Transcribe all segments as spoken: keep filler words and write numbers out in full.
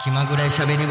気まぐれしゃべり部。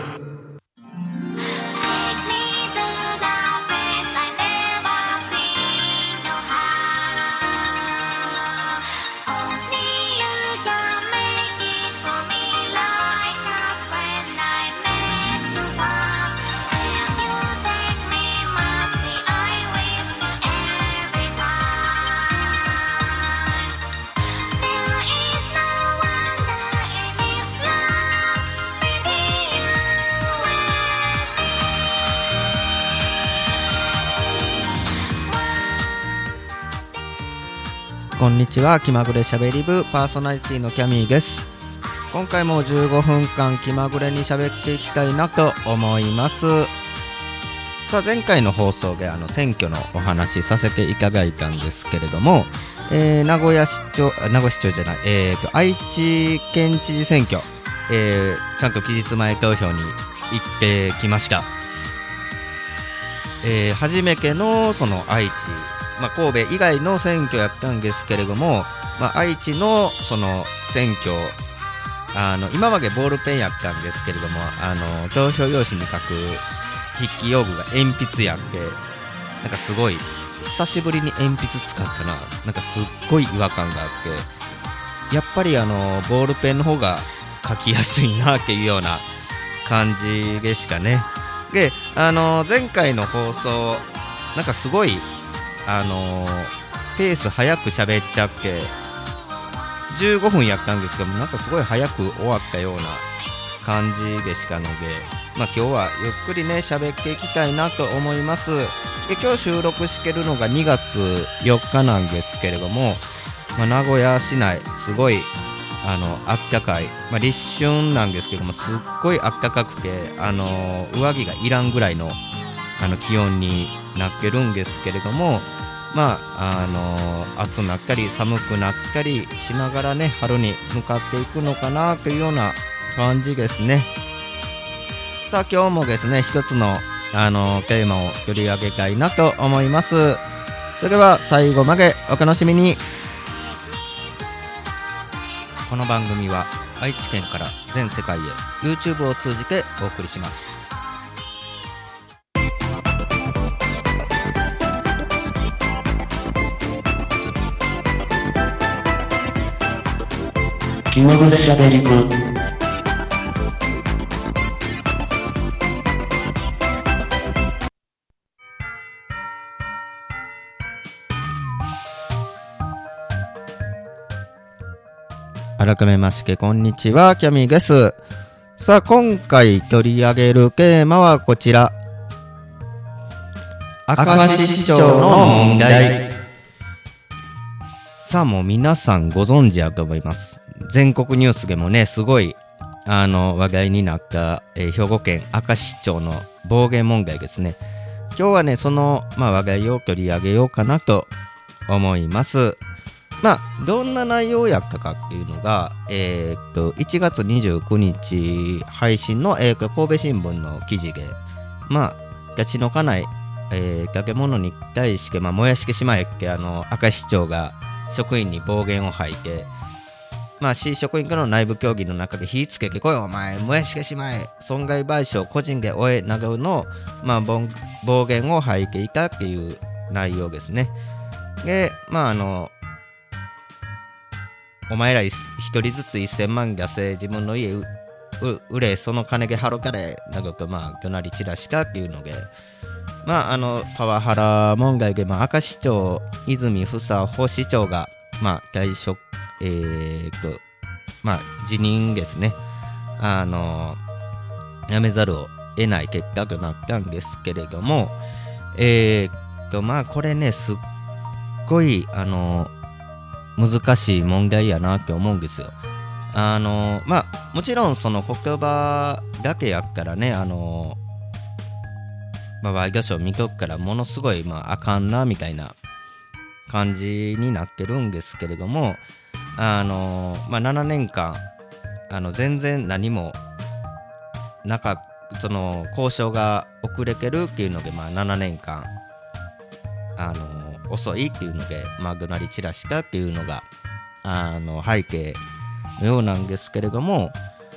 こんにちは、気まぐれしゃべり部パーソナリティのキャミーです。今回もじゅうごふんかん気まぐれにしゃべっていきたいなと思います。さあ、前回の放送であの選挙のお話させていただいたんですけれども、えー、名古屋市長名古屋市長じゃない、えー、と愛知県知事選挙、えー、ちゃんと期日前投票に行ってきました。えー、初めてのその愛知、まあ、神戸以外の選挙やったんですけれども、まあ、愛知のその選挙、あの今までボールペンやったんですけれども、あの投票用紙に書く筆記用具が鉛筆やって、なんかすごい久しぶりに鉛筆使ったな、なんかすっごい違和感があって、やっぱりあのボールペンの方が書きやすいなっていうような感じでしたね。で、あの前回の放送なんかすごいあのー、ペース早く喋っちゃってじゅうごふんやったんですけども、なんかすごい早く終わったような感じでしたので、まあ、今日はゆっくりね喋っていきたいなと思います。で、今日収録してるのがにがつよっかなんですけれども、まあ、名古屋市内すごいあのあったかい、まあ、立春なんですけども、すっごいあったかくて、あのー、上着がいらんぐらいの、あの気温になってるんですけれども、まああのー、暑くなったり寒くなったりしながらね、春に向かっていくのかなというような感じですね。さあ、今日もですね一つの、あのー、テーマを取り上げたいなと思います。それでは最後までお楽しみに。この番組は愛知県から全世界へ YouTube を通じてお送りします。 気まぐれしゃべり部。 改めましてこんにちは、キャミーです。さあ、今回取り上げるテーマはこちら、明石市長の問題。さあ、もう皆さんご存知やと思います。全国ニュースでもねすごいあの話題になった、えー、兵庫県明石市長の暴言問題ですね。今日はねその、まあ、話題を取り上げようかなと思います。まあどんな内容やったかっていうのが、えー、っといちがつにじゅうくにち配信の、えー、神戸新聞の記事で、まあ立ち退かない、えー、建物に対して、まあ、燃やしてしまえってあの明石市長が職員に暴言を吐いて、まあ、市職員からの内部協議の中で火つけてこいお前燃やしてしまえ、損害賠償個人で負えなどの、まあ、暴言を吐いていたっていう内容ですね。で、まああのお前ら一人ずつせんまん出せ、自分の家売れ、その金でハロかれなどと、まあ怒鳴り散らしたっていうので、まああのパワハラ問題で、まあ、明石市長泉房穂市長が、まあ退職えー、っとまあ辞任ですね、あの辞めざるを得ない結果となったんですけれども、えー、っとまあこれねすっごいあの難しい問題やなって思うんですよ。あのまあもちろんその言葉だけやからね、あのまあワイドショー見とくからものすごいまああかんなみたいな感じになってるんですけれども、あのまあななねんかんあの全然何もなかその交渉が遅れてるっていうので、まあななねんかんあの遅いっていうので、まあ怒鳴り散らしたっていうのがあの背景のようなんですけれども、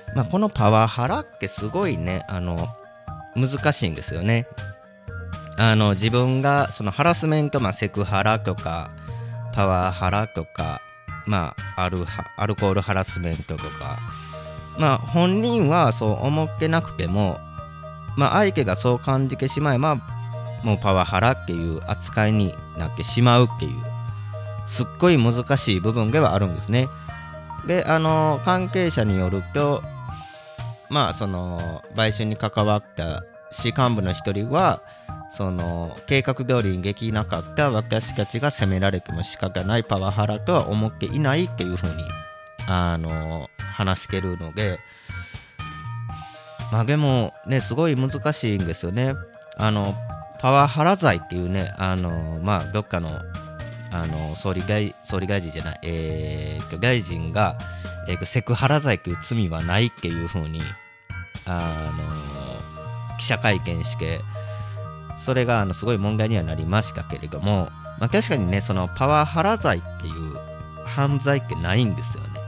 まあ、このパワハラってすごいねあの難しいんですよね。あの自分がそのハラスメント、まあ、セクハラとかパワハラとか、まあ、アルハ、アルコールハラスメントとか、まあ、本人はそう思ってなくても、まあ、相手がそう感じてしまえばもうパワハラっていう扱いになってしまうっていうすっごい難しい部分ではあるんですね。であの関係者によると、まあその買収に関わった市幹部の一人はその計画通りにできなかった私たちが責められても仕方ないパワハラとは思っていないっていうふうにあの話してるので、まあでもねすごい難しいんですよね。あのパワハラ罪っていうねあのまあどっかのあの総理大総理大臣じゃないえー、と大臣が、えー、セクハラ罪っていう罪はないっていうふうにあの記者会見してそれがあのすごい問題にはなりましたけれども、まあ、確かにねそのパワハラ罪っていう犯罪ってないんですよね。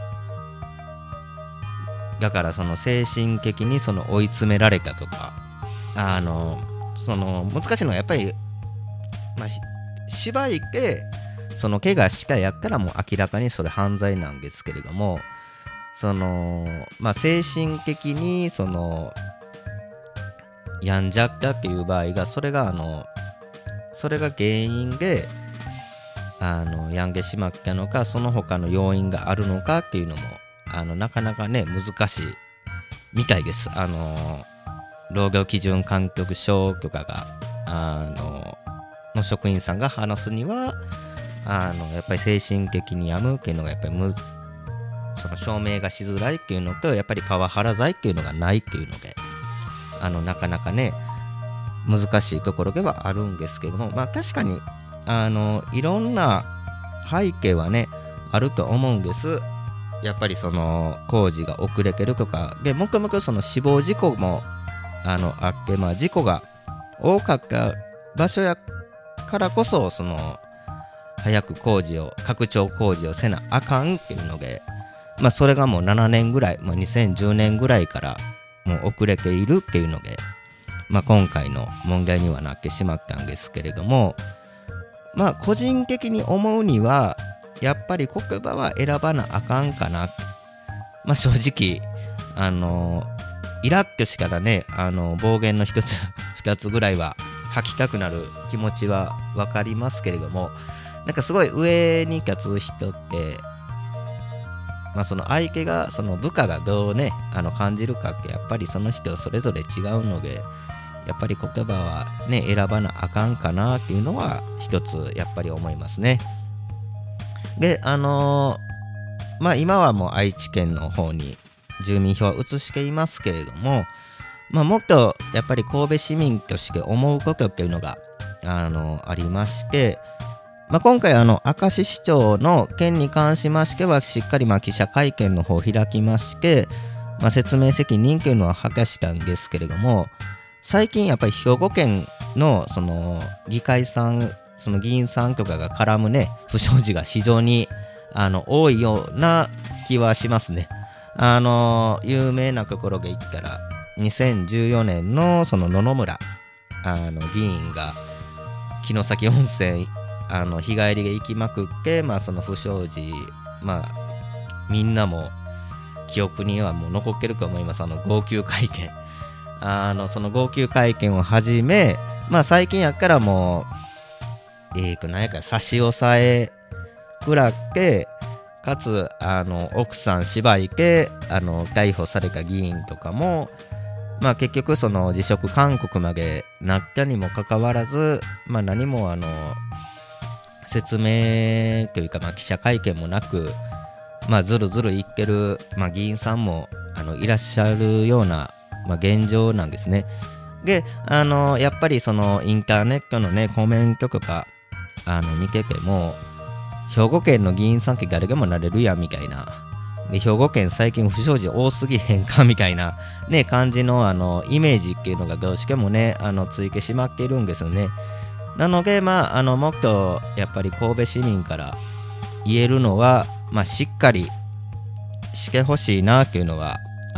だからその精神的にその追い詰められたとかあのその難しいのはやっぱり、まあ、芝居でその怪我したやったらもう明らかにそれ犯罪なんですけれども、そのまあ精神的にその病んじゃったっていう場合がそれがあのそれが原因であの病んでしまったのかその他の要因があるのかっていうのもあのなかなかね難しいみたいです。あの労働基準監督署とかがあのの職員さんが話すにはあのやっぱり精神的に病むっていうのがやっぱりむその証明がしづらいっていうのとやっぱりパワハラ罪っていうのがないっていうのであのなかなかね難しいところではあるんですけども、まあ確かにあのいろんな背景はねあると思うんです。やっぱりその工事が遅れてるとかでもくもくその死亡事故もあのあって、まあ、事故が多かった場所やからこそその早く工事を拡張工事をせなあかんっていうので、まあ、それがもうななねんぐらい、もうにせんじゅうねんぐらいからもう遅れているっていうので、まあ、今回の問題にはなってしまったんですけれども、まあ個人的に思うにはやっぱり言葉は選ばなあかんかな。まあ正直あのイラッとしたらねあの暴言の一つ二つぐらいは吐きたくなる気持ちは分かりますけれども、なんかすごい上に立つ人って、まあ、その相手がその部下がどうねあの感じるかってやっぱりその人それぞれ違うので、やっぱり言葉はね選ばなあかんかなっていうのは一つやっぱり思いますね。であのー、まあ今はもう愛知県の方に住民票を移していますけれども、まあ、もっとやっぱり神戸市民として思うことっていうのがあのありまして、まあ、今回あの明石市長の件に関しましてはしっかりまあ記者会見の方を開きまして、まあ、説明責任というのは果たしたんですけれども、最近やっぱり兵庫県のその議会さんその議員さんとかが絡むね不祥事が非常にあの多いような気はしますね。あの有名なところで言ったらにせんじゅうよねんのその野々村あの議員が城崎温泉あの日帰りで行きまくって、まあその不祥事、まあみんなも記憶にはもう残ってると思います。あの号泣会見あのその号泣会見をはじめ、まあ最近やからもうえーと何やか差し押さえくらってかつあの奥さん芝居であの逮捕された議員とかも、まあ、結局その辞職勧告までなったにもかかわらず、まあ、何もあの説明というか、まあ、記者会見もなく、まあ、ずるずる言ってる、まあ、議員さんもあのいらっしゃるような、まあ、現状なんですね。であのやっぱりそのインターネットのねコメントとかあの見てても兵庫県の議員さんって誰でもなれるやんみたいな、で兵庫県最近不祥事多すぎへんかみたいなね感じのあのイメージっていうのがどうしてもねあのついてしまっているんですよね。なのでまああのもっとやっぱり神戸市民から言えるのは、まあ、しっかりしてほしいなっていうのは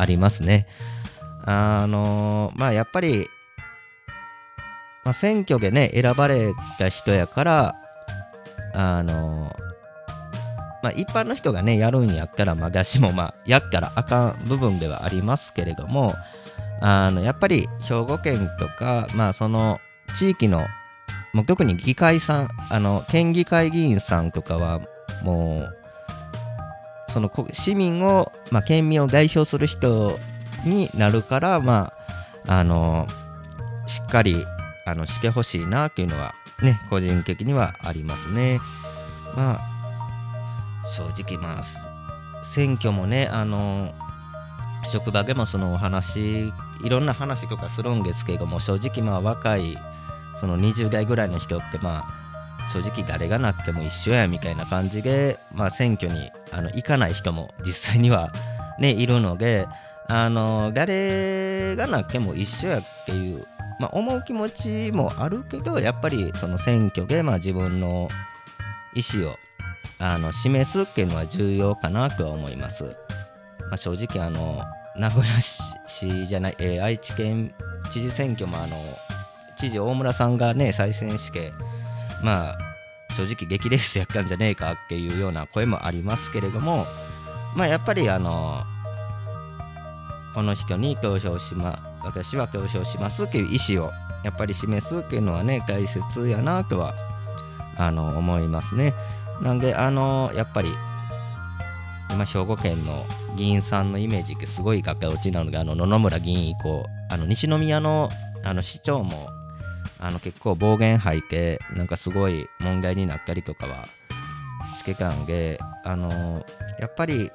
ありますね。あのまあやっぱり、まあ、選挙でね選ばれた人やからあのまあ一般の人がねやるんやったらまだしもまあやったらあかん部分ではありますけれども、あのやっぱり兵庫県とかまあその地域のもう特に議会さんあの県議会議員さんとかはもうその市民を、まあ、県民を代表する人になるからまああのしっかりあのしてほしいなっていうのはね個人的にはありますね。まあ正直まあ選挙もねあの職場でもそのお話いろんな話とかするんですけども、正直まあ若いそのにじゅう代ぐらいの人ってまあ正直誰がなくても一緒やみたいな感じで、まあ、選挙にあの行かない人も実際にはねいるので、あの誰がなくても一緒やっていう、まあ、思う気持ちもあるけど、やっぱりその選挙でまあ自分の意思をあの示すっていうのは重要かなとは思います。まあ、正直あの名古屋市じゃない、えー、愛知県知事選挙もあの知事大村さんがね再選してまあ正直激レースやったんじゃねえかっていうような声もありますけれども、まあやっぱりあのこの人に投票しま私は投票しますっていう意思をやっぱり示すっていうのはね大切やなとはあの思いますね。なんであのやっぱり今兵庫県の議員さんのイメージってすごい崖落ちなので、あの野々村議員以降あの西宮のあの市長もあの結構暴言吐いてなんかすごい問題になったりとかはしてたんで、あのやっぱり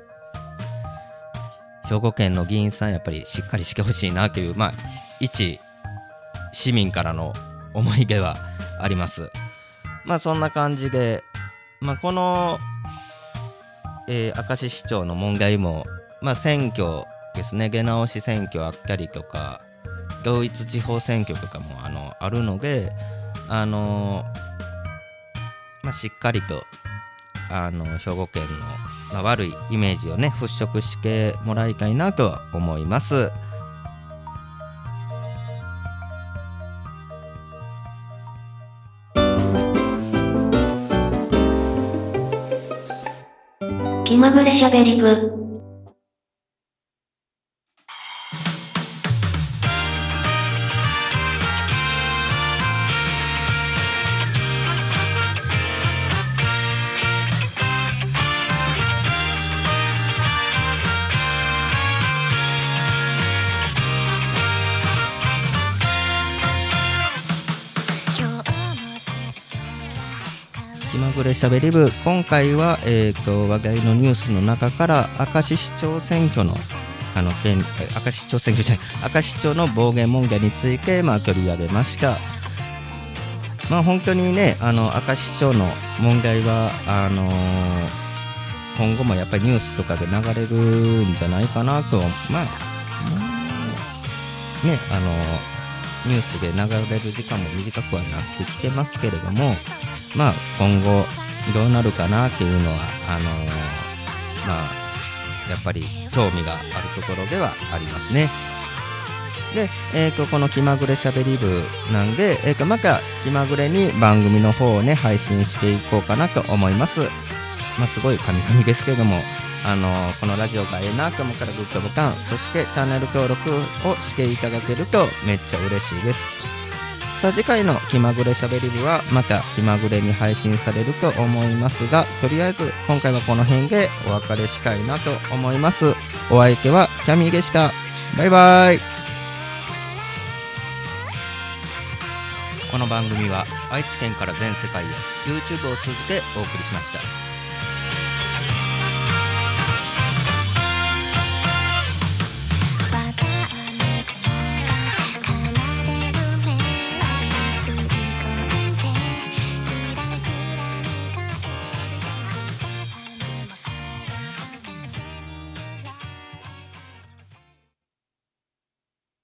兵庫県の議員さんやっぱりしっかりしてほしいなという、まあ一市民からの思い出はあります。まあそんな感じで、まあ、この、えー、明石市長の問題も、まあ、選挙ですね、出直し選挙あったりとか同一地方選挙とかも あの、あるので、あのーまあ、しっかりとあの兵庫県の、まあ、悪いイメージをね払拭してもらいたいなとは思います。 気まぐれしゃべり部。 気まぐれしゃべり部、今回は、えー、と話題のニュースの中から明石市長選挙のあの県明石市長選挙じゃない明石市長の暴言問題について、まあ、取り上げました。まあ本当にねあの明石市長の問題はあのー、今後もやっぱりニュースとかで流れるんじゃないかなと、まあねあのー、ニュースで流れる時間も短くはなってきてますけれども、まあ今後どうなるかなっていうのはあのー、まあやっぱり興味があるところではありますね。で、えーとこの気まぐれしゃべり部なんで、えーとまた気まぐれに番組の方をね配信していこうかなと思います。まあすごい神々ですけども、あのー、このラジオがええなと思ったらグッドボタン、そしてチャンネル登録をしていただけるとめっちゃ嬉しいです。さあ次回の気まぐれしゃべり部はまた気まぐれに配信されると思いますが、とりあえず今回はこの辺でお別れしたいなと思います。お相手はキャミーでした。バイバイ。この番組は愛知県から全世界へ YouTube を通じてお送りしました。